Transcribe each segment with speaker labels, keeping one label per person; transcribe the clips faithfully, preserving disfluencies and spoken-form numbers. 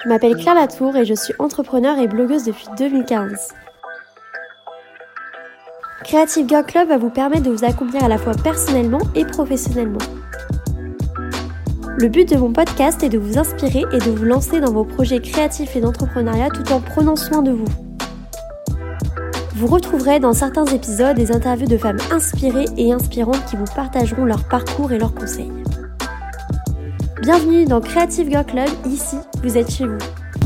Speaker 1: Je m'appelle Claire Latour et je suis entrepreneure et blogueuse depuis deux mille quinze. Creative Girl Club va vous permettre de vous accomplir à la fois personnellement et professionnellement. Le but de mon podcast est de vous inspirer et de vous lancer dans vos projets créatifs et d'entrepreneuriat tout en prenant soin de vous. Vous retrouverez dans certains épisodes des interviews de femmes inspirées et inspirantes qui vous partageront leur parcours et leurs conseils. Bienvenue dans Creative Girl Club, ici, vous êtes chez vous.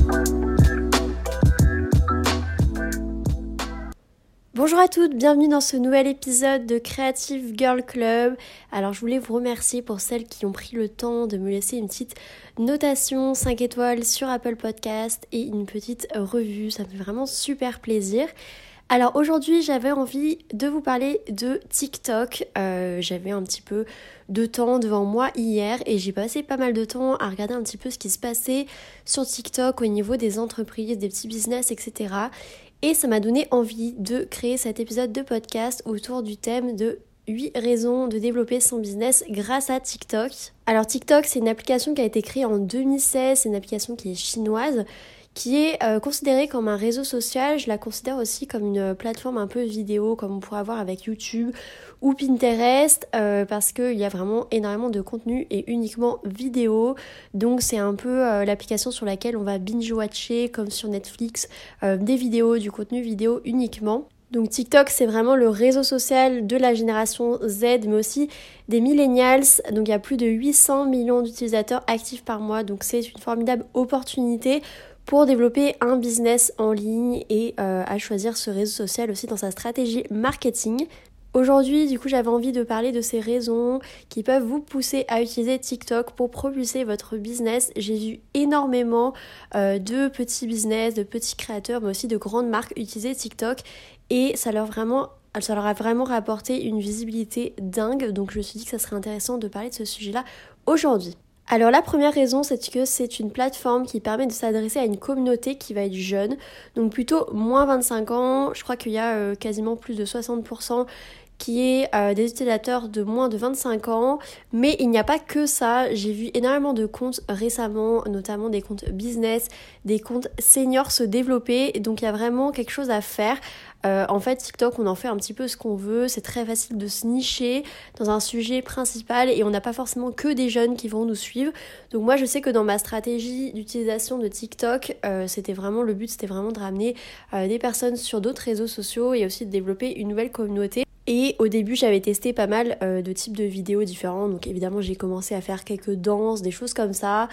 Speaker 1: Bonjour à toutes, bienvenue dans ce nouvel épisode de Creative Girl Club. Alors je voulais vous remercier pour celles qui ont pris le temps de me laisser une petite notation cinq étoiles sur Apple Podcast et une petite revue, ça me fait vraiment super plaisir. Alors aujourd'hui j'avais envie de vous parler de TikTok, euh, j'avais un petit peu de temps devant moi hier et j'ai passé pas mal de temps à regarder un petit peu ce qui se passait sur TikTok au niveau des entreprises, des petits business, et cetera. Et ça m'a donné envie de créer cet épisode de podcast autour du thème de huit raisons de développer son business grâce à TikTok. Alors TikTok, c'est une application qui a été créée en deux mille seize, c'est une application qui est chinoise, qui est euh, considérée comme un réseau social. Je la considère aussi comme une plateforme un peu vidéo, comme on pourrait avoir avec YouTube ou Pinterest, euh, parce qu'il y a vraiment énormément de contenu et uniquement vidéo. Donc c'est un peu euh, l'application sur laquelle on va binge-watcher, comme sur Netflix, euh, des vidéos, du contenu vidéo uniquement. Donc TikTok, c'est vraiment le réseau social de la génération Z, mais aussi des millennials. Donc il y a plus de huit cents millions d'utilisateurs actifs par mois, donc c'est une formidable opportunité pour développer un business en ligne et euh, à choisir ce réseau social aussi dans sa stratégie marketing. Aujourd'hui, du coup, j'avais envie de parler de ces raisons qui peuvent vous pousser à utiliser TikTok pour propulser votre business. J'ai vu énormément euh, de petits business, de petits créateurs, mais aussi de grandes marques utiliser TikTok et ça leur, vraiment, ça leur a vraiment rapporté une visibilité dingue. Donc, je me suis dit que ça serait intéressant de parler de ce sujet-là aujourd'hui. Alors la première raison, c'est que c'est une plateforme qui permet de s'adresser à une communauté qui va être jeune, donc plutôt moins vingt-cinq ans. Je crois qu'il y a euh, quasiment plus de soixante pour cent qui est euh, des utilisateurs de moins de vingt-cinq ans, mais il n'y a pas que ça. J'ai vu énormément de comptes récemment, notamment des comptes business, des comptes seniors se développer, donc il y a vraiment quelque chose à faire. Euh, en fait, TikTok, on en fait un petit peu ce qu'on veut, c'est très facile de se nicher dans un sujet principal et on n'a pas forcément que des jeunes qui vont nous suivre. Donc moi, je sais que dans ma stratégie d'utilisation de TikTok, euh, c'était vraiment le but, c'était vraiment de ramener euh, des personnes sur d'autres réseaux sociaux et aussi de développer une nouvelle communauté. Et au début, j'avais testé pas mal euh, de types de vidéos différents. Donc évidemment, j'ai commencé à faire quelques danses, des choses comme ça,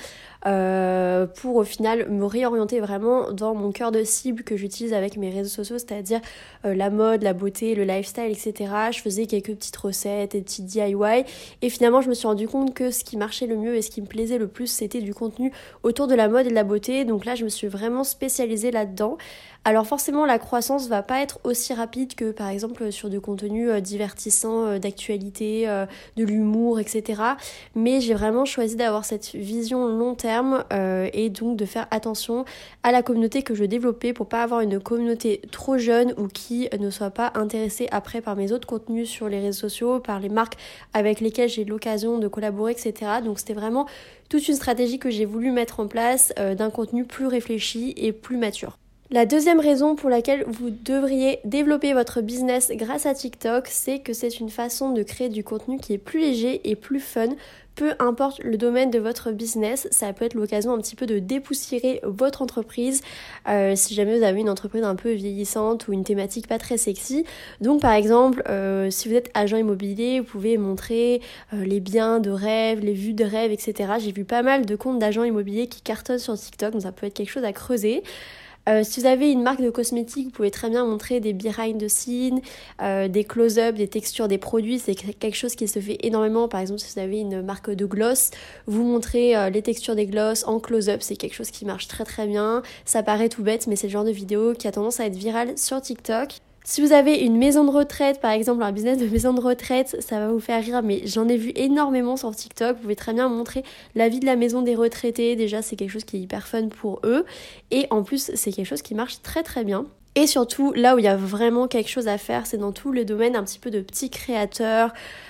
Speaker 1: euh, pour au final me réorienter vraiment dans mon cœur de cible que j'utilise avec mes réseaux sociaux, c'est-à-dire euh, la mode, la beauté, le lifestyle, et cetera. Je faisais quelques petites recettes et petits D I Y. Et finalement, je me suis rendu compte que ce qui marchait le mieux et ce qui me plaisait le plus, c'était du contenu autour de la mode et de la beauté. Donc là, je me suis vraiment spécialisée là-dedans. Alors forcément, la croissance va pas être aussi rapide que par exemple sur du contenu euh, divertissant, euh, d'actualité, euh, de l'humour, et cetera. Mais j'ai vraiment choisi d'avoir cette vision long terme euh, et donc de faire attention à la communauté que je développais pour pas avoir une communauté trop jeune ou qui ne soit pas intéressée après par mes autres contenus sur les réseaux sociaux, par les marques avec lesquelles j'ai l'occasion de collaborer, et cetera. Donc c'était vraiment toute une stratégie que j'ai voulu mettre en place euh, d'un contenu plus réfléchi et plus mature. La deuxième raison pour laquelle vous devriez développer votre business grâce à TikTok, c'est que c'est une façon de créer du contenu qui est plus léger et plus fun. Peu importe le domaine de votre business, ça peut être l'occasion un petit peu de dépoussiérer votre entreprise euh, si jamais vous avez une entreprise un peu vieillissante ou une thématique pas très sexy. Donc par exemple, euh, si vous êtes agent immobilier, vous pouvez montrer euh, les biens de rêve, les vues de rêve, et cetera. J'ai vu pas mal de comptes d'agents immobiliers qui cartonnent sur TikTok, donc ça peut être quelque chose à creuser. Euh, si vous avez une marque de cosmétiques, vous pouvez très bien montrer des behind the scenes, euh, des close-up, des textures des produits. C'est quelque chose qui se fait énormément. Par exemple, si vous avez une marque de gloss, vous montrez euh, les textures des gloss en close-up. C'est quelque chose qui marche très très bien. Ça paraît tout bête, mais c'est le genre de vidéo qui a tendance à être virale sur TikTok. Si vous avez une maison de retraite, par exemple un business de maison de retraite, ça va vous faire rire, mais j'en ai vu énormément sur TikTok. Vous pouvez très bien montrer la vie de la maison des retraités. Déjà, c'est quelque chose qui est hyper fun pour eux. Et en plus, c'est quelque chose qui marche très très bien. Et surtout, là où il y a vraiment quelque chose à faire, c'est dans tout le domaine un petit peu de petits créateurs,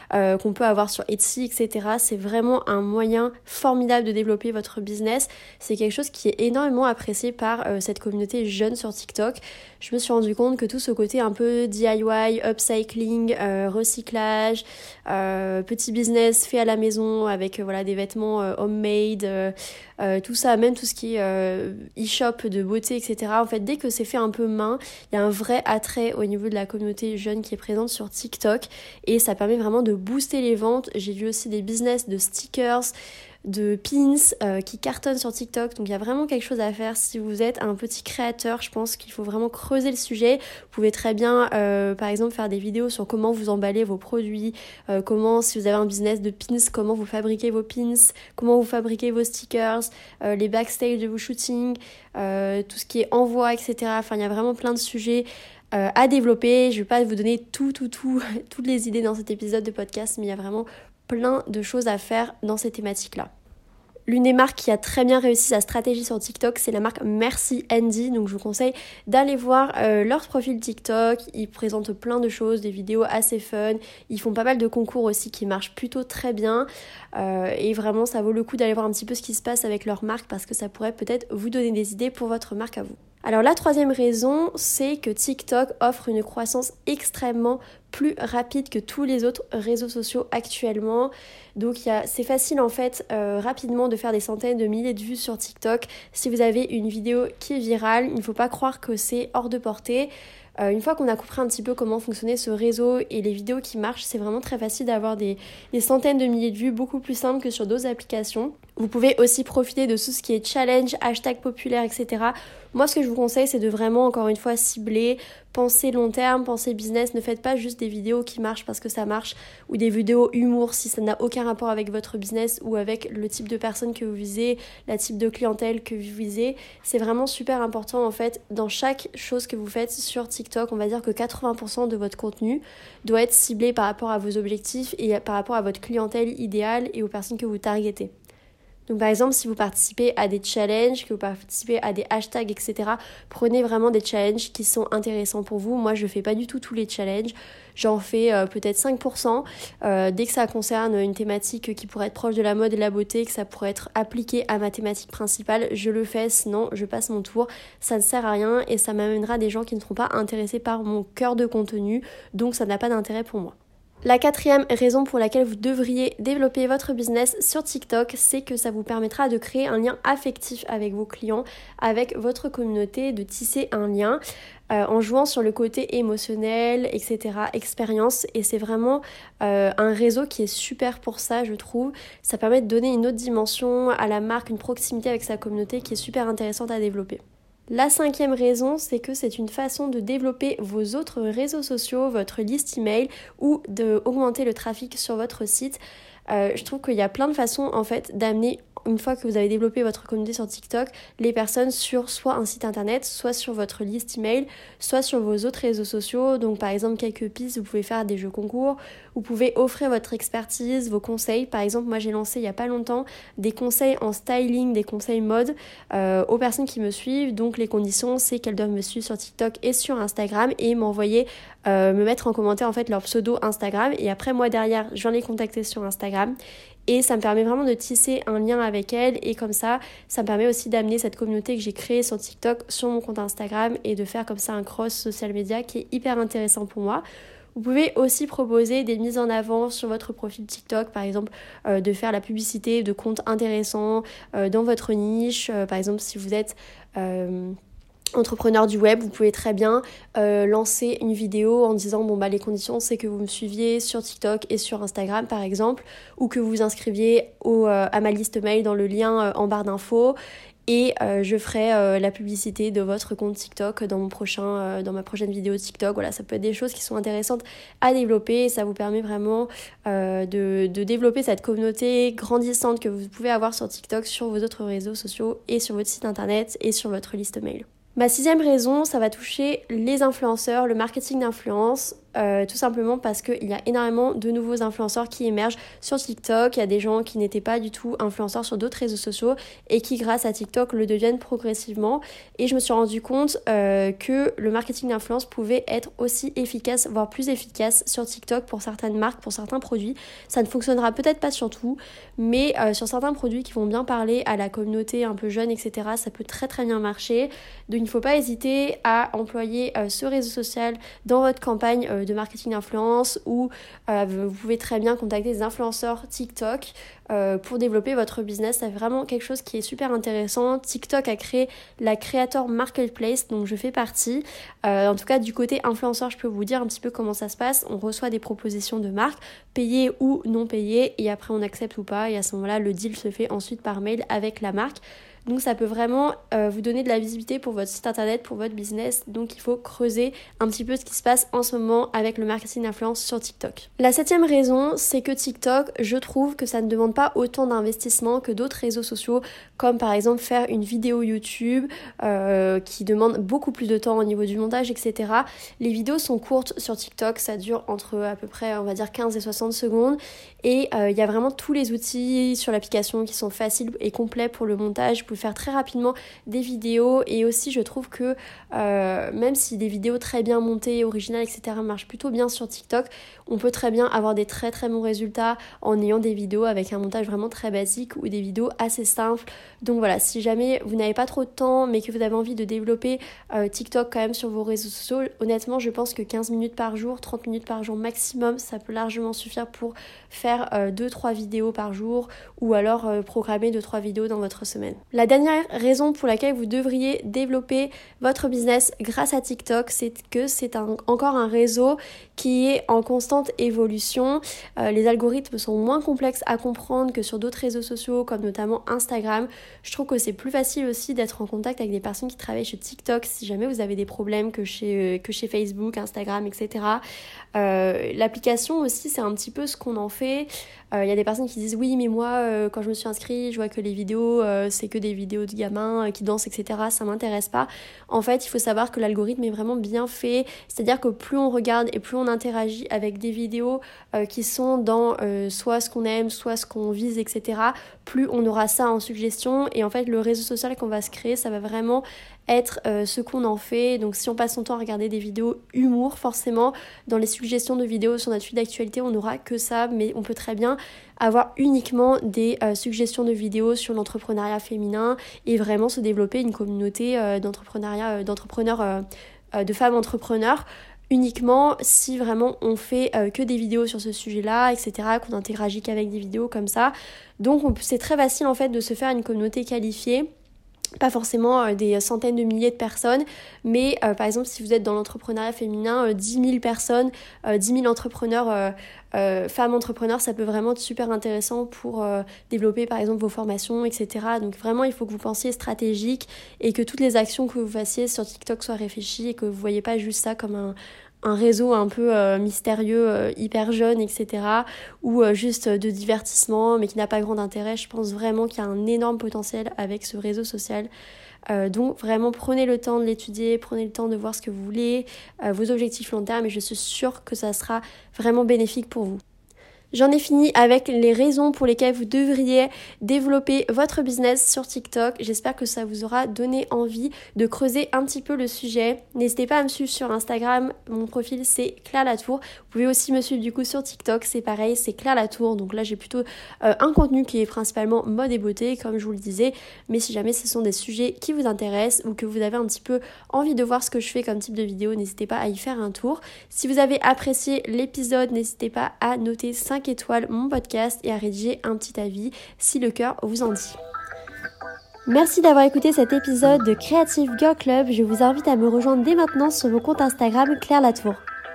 Speaker 1: euh, qu'on peut avoir sur Etsy, et cetera. C'est vraiment un moyen formidable de développer votre business. C'est quelque chose qui est énormément apprécié par euh, cette communauté jeune sur TikTok. Je me suis rendu compte que tout ce côté un peu D I Y, upcycling, euh, recyclage, euh, petit business fait à la maison avec euh, voilà, des vêtements euh, homemade, euh, euh, tout ça, même tout ce qui est euh, e-shop de beauté, et cetera. En fait, dès que c'est fait un peu main, il y a un vrai attrait au niveau de la communauté jeune qui est présente sur TikTok et ça permet vraiment de booster les ventes. J'ai vu aussi des business de stickers, de pins euh, qui cartonnent sur TikTok, donc il y a vraiment quelque chose à faire si vous êtes un petit créateur. Je pense qu'il faut vraiment creuser le sujet. Vous pouvez très bien euh, par exemple faire des vidéos sur comment vous emballez vos produits, euh, comment, si vous avez un business de pins, comment vous fabriquez vos pins, comment vous fabriquez vos stickers, euh, les backstage de vos shootings, euh, tout ce qui est envoi, et cetera. Enfin, il y a vraiment plein de sujets euh, à développer. Je vais pas vous donner tout, tout, tout, toutes les idées dans cet épisode de podcast, mais il y a vraiment plein de choses à faire dans ces thématiques-là. L'une des marques qui a très bien réussi sa stratégie sur TikTok, c'est la marque Merci Andy. Donc je vous conseille d'aller voir euh, leur profil TikTok. Ils présentent plein de choses, des vidéos assez fun. Ils font pas mal de concours aussi qui marchent plutôt très bien. Euh, et vraiment, ça vaut le coup d'aller voir un petit peu ce qui se passe avec leur marque parce que ça pourrait peut-être vous donner des idées pour votre marque à vous. Alors la troisième raison, c'est que TikTok offre une croissance extrêmement plus rapide que tous les autres réseaux sociaux actuellement. Donc y a, c'est facile en fait euh, rapidement de faire des centaines de milliers de vues sur TikTok. Si vous avez une vidéo qui est virale, il ne faut pas croire que c'est hors de portée. Euh, une fois qu'on a compris un petit peu comment fonctionnait ce réseau et les vidéos qui marchent, c'est vraiment très facile d'avoir des, des centaines de milliers de vues, beaucoup plus simple que sur d'autres applications. Vous pouvez aussi profiter de tout ce qui est challenge, hashtag populaire, et cetera. Moi, ce que je vous conseille, c'est de vraiment, encore une fois, cibler, penser long terme, penser business. Ne faites pas juste des vidéos qui marchent parce que ça marche ou des vidéos humour si ça n'a aucun rapport avec votre business ou avec le type de personne que vous visez, la type de clientèle que vous visez. C'est vraiment super important, en fait, dans chaque chose que vous faites sur TikTok. On va dire que quatre-vingts pour cent de votre contenu doit être ciblé par rapport à vos objectifs et par rapport à votre clientèle idéale et aux personnes que vous targetez. Donc par exemple, si vous participez à des challenges, que vous participez à des hashtags, et cetera, prenez vraiment des challenges qui sont intéressants pour vous. Moi, je ne fais pas du tout tous les challenges. J'en fais euh, peut-être cinq pour cent. Euh, dès que ça concerne une thématique qui pourrait être proche de la mode et de la beauté, que ça pourrait être appliqué à ma thématique principale, je le fais. Sinon, je passe mon tour. Ça ne sert à rien et ça m'amènera des gens qui ne seront pas intéressés par mon cœur de contenu. Donc ça n'a pas d'intérêt pour moi. La quatrième raison pour laquelle vous devriez développer votre business sur TikTok, c'est que ça vous permettra de créer un lien affectif avec vos clients, avec votre communauté, de tisser un lien euh, en jouant sur le côté émotionnel, et cetera, expérience. Et c'est vraiment euh, un réseau qui est super pour ça, je trouve. Ça permet de donner une autre dimension à la marque, une proximité avec sa communauté qui est super intéressante à développer. La cinquième raison, c'est que c'est une façon de développer vos autres réseaux sociaux, votre liste email ou d'augmenter le trafic sur votre site. Euh, je trouve qu'il y a plein de façons en fait d'amener, une fois que vous avez développé votre communauté sur TikTok, les personnes sur soit un site internet, soit sur votre liste email, soit sur vos autres réseaux sociaux. Donc par exemple, quelques pistes, vous pouvez faire des jeux concours, vous pouvez offrir votre expertise, vos conseils. Par exemple, moi j'ai lancé il n'y a pas longtemps des conseils en styling, des conseils mode euh, aux personnes qui me suivent. Donc les conditions, c'est qu'elles doivent me suivre sur TikTok et sur Instagram et m'envoyer, euh, me mettre en commentaire en fait leur pseudo Instagram. Et après moi derrière, je viens les contacter sur Instagram. Et ça me permet vraiment de tisser un lien avec elles et comme ça, ça me permet aussi d'amener cette communauté que j'ai créée sur TikTok sur mon compte Instagram et de faire comme ça un cross social media qui est hyper intéressant pour moi. Vous pouvez aussi proposer des mises en avant sur votre profil TikTok, par exemple euh, de faire la publicité de comptes intéressants euh, dans votre niche. Euh, par exemple, si vous êtes... Euh, entrepreneur du web, vous pouvez très bien euh, lancer une vidéo en disant bon bah les conditions c'est que vous me suiviez sur TikTok et sur Instagram par exemple, ou que vous vous inscriviez au, euh, à ma liste mail dans le lien euh, en barre d'infos et euh, je ferai euh, la publicité de votre compte TikTok dans mon prochain, euh, dans ma prochaine vidéo TikTok. Voilà, ça peut être des choses qui sont intéressantes à développer et ça vous permet vraiment euh, de, de développer cette communauté grandissante que vous pouvez avoir sur TikTok, sur vos autres réseaux sociaux et sur votre site internet et sur votre liste mail. Ma sixième raison, ça va toucher les influenceurs, le marketing d'influence, euh, tout simplement parce qu'il y a énormément de nouveaux influenceurs qui émergent sur TikTok. Il y a des gens qui n'étaient pas du tout influenceurs sur d'autres réseaux sociaux et qui, grâce à TikTok, le deviennent progressivement. Et je me suis rendu compte euh, que le marketing d'influence pouvait être aussi efficace, voire plus efficace sur TikTok pour certaines marques, pour certains produits. Ça ne fonctionnera peut-être pas sur tout, mais euh, sur certains produits qui vont bien parler à la communauté un peu jeune, et cetera, ça peut très très bien marcher. Donc il ne faut pas hésiter à employer euh, ce réseau social dans votre campagne euh, de marketing d'influence ou euh, vous pouvez très bien contacter des influenceurs TikTok euh, pour développer votre business. C'est vraiment quelque chose qui est super intéressant. TikTok a créé la Creator Marketplace, donc je fais partie. Euh, en tout cas, du côté influenceur, je peux vous dire un petit peu comment ça se passe. On reçoit des propositions de marques, payées ou non payées, et après on accepte ou pas, et à ce moment-là, le deal se fait ensuite par mail avec la marque. Donc ça peut vraiment euh, vous donner de la visibilité pour votre site internet, pour votre business. Donc il faut creuser un petit peu ce qui se passe en ce moment avec le marketing d'influence sur TikTok. La septième raison, c'est que TikTok, je trouve que ça ne demande pas autant d'investissement que d'autres réseaux sociaux, comme par exemple faire une vidéo YouTube euh, qui demande beaucoup plus de temps au niveau du montage, et cetera. Les vidéos sont courtes sur TikTok, ça dure entre à peu près, on va dire, quinze et soixante secondes. Et il euh, y a vraiment tous les outils sur l'application qui sont faciles et complets pour le montage. Vous pouvez faire très rapidement des vidéos, et aussi je trouve que euh, même si des vidéos très bien montées, originales, et cetera marchent plutôt bien sur TikTok, on peut très bien avoir des très très bons résultats en ayant des vidéos avec un montage vraiment très basique ou des vidéos assez simples. Donc voilà, si jamais vous n'avez pas trop de temps mais que vous avez envie de développer euh, TikTok quand même sur vos réseaux sociaux, honnêtement je pense que quinze minutes par jour, trente minutes par jour maximum, ça peut largement suffire pour faire euh, deux trois vidéos par jour, ou alors euh, programmer deux trois vidéos dans votre semaine. La dernière raison pour laquelle vous devriez développer votre business grâce à TikTok, c'est que c'est un, encore un réseau qui est en constante évolution. Euh, les algorithmes sont moins complexes à comprendre que sur d'autres réseaux sociaux comme notamment Instagram. Je trouve que c'est plus facile aussi d'être en contact avec des personnes qui travaillent chez TikTok si jamais vous avez des problèmes que chez, euh, que chez Facebook, Instagram, et cetera. Euh, l'application aussi, c'est un petit peu ce qu'on en fait. Il euh, y a des personnes qui disent oui mais moi euh, quand je me suis inscrite je vois que les vidéos euh, c'est que des vidéos de gamins euh, qui dansent, etc. Ça m'intéresse pas. En fait il faut savoir que l'algorithme est vraiment bien fait, c'est à dire que plus on regarde et plus on interagit avec des vidéos euh, qui sont dans euh, soit ce qu'on aime, soit ce qu'on vise, etc., plus on aura ça en suggestion. Et en fait le réseau social qu'on va se créer, ça va vraiment être euh, ce qu'on en fait. Donc si on passe son temps à regarder des vidéos humour, forcément dans les suggestions de vidéos sur notre feed d'actualité on n'aura que ça, mais on peut très bien avoir uniquement des euh, suggestions de vidéos sur l'entrepreneuriat féminin et vraiment se développer une communauté euh, d'entrepreneuriat, euh, d'entrepreneurs, euh, euh, de femmes entrepreneurs, uniquement si vraiment on fait euh, que des vidéos sur ce sujet-là, et cetera, qu'on interagit qu'avec des vidéos comme ça. Donc on, c'est très facile en fait de se faire une communauté qualifiée. Pas forcément euh, des centaines de milliers de personnes, mais euh, par exemple si vous êtes dans l'entrepreneuriat féminin, euh, dix mille personnes, euh, dix mille entrepreneurs, euh, euh, femmes entrepreneurs, ça peut vraiment être super intéressant pour euh, développer par exemple vos formations, et cetera. Donc vraiment il faut que vous pensiez stratégique et que toutes les actions que vous fassiez sur TikTok soient réfléchies et que vous ne voyez pas juste ça comme un... un réseau un peu euh, mystérieux, euh, hyper jeune, et cetera, ou euh, juste de divertissement, mais qui n'a pas grand intérêt. Je pense vraiment qu'il y a un énorme potentiel avec ce réseau social. Euh, donc vraiment prenez le temps de l'étudier, prenez le temps de voir ce que vous voulez, euh, vos objectifs long terme, et je suis sûre que ça sera vraiment bénéfique pour vous. J'en ai fini avec les raisons pour lesquelles vous devriez développer votre business sur TikTok. J'espère que ça vous aura donné envie de creuser un petit peu le sujet. N'hésitez pas à me suivre sur Instagram. Mon profil, c'est Claire Latour. Vous pouvez aussi me suivre du coup sur TikTok. C'est pareil, c'est Claire Latour. Donc là, j'ai plutôt euh, un contenu qui est principalement mode et beauté, comme je vous le disais. Mais si jamais ce sont des sujets qui vous intéressent ou que vous avez un petit peu envie de voir ce que je fais comme type de vidéo, n'hésitez pas à y faire un tour. Si vous avez apprécié l'épisode, n'hésitez pas à noter cinq étoiles mon podcast et à rédiger un petit avis si le cœur vous en dit. Merci d'avoir écouté cet épisode de Creative Girl Club. Je vous invite à me rejoindre dès maintenant sur mon compte Instagram Claire Latour.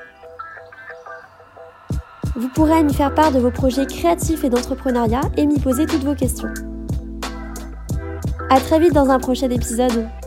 Speaker 1: Vous pourrez m'y faire part de vos projets créatifs et d'entrepreneuriat et m'y poser toutes vos questions. À très vite dans un prochain épisode.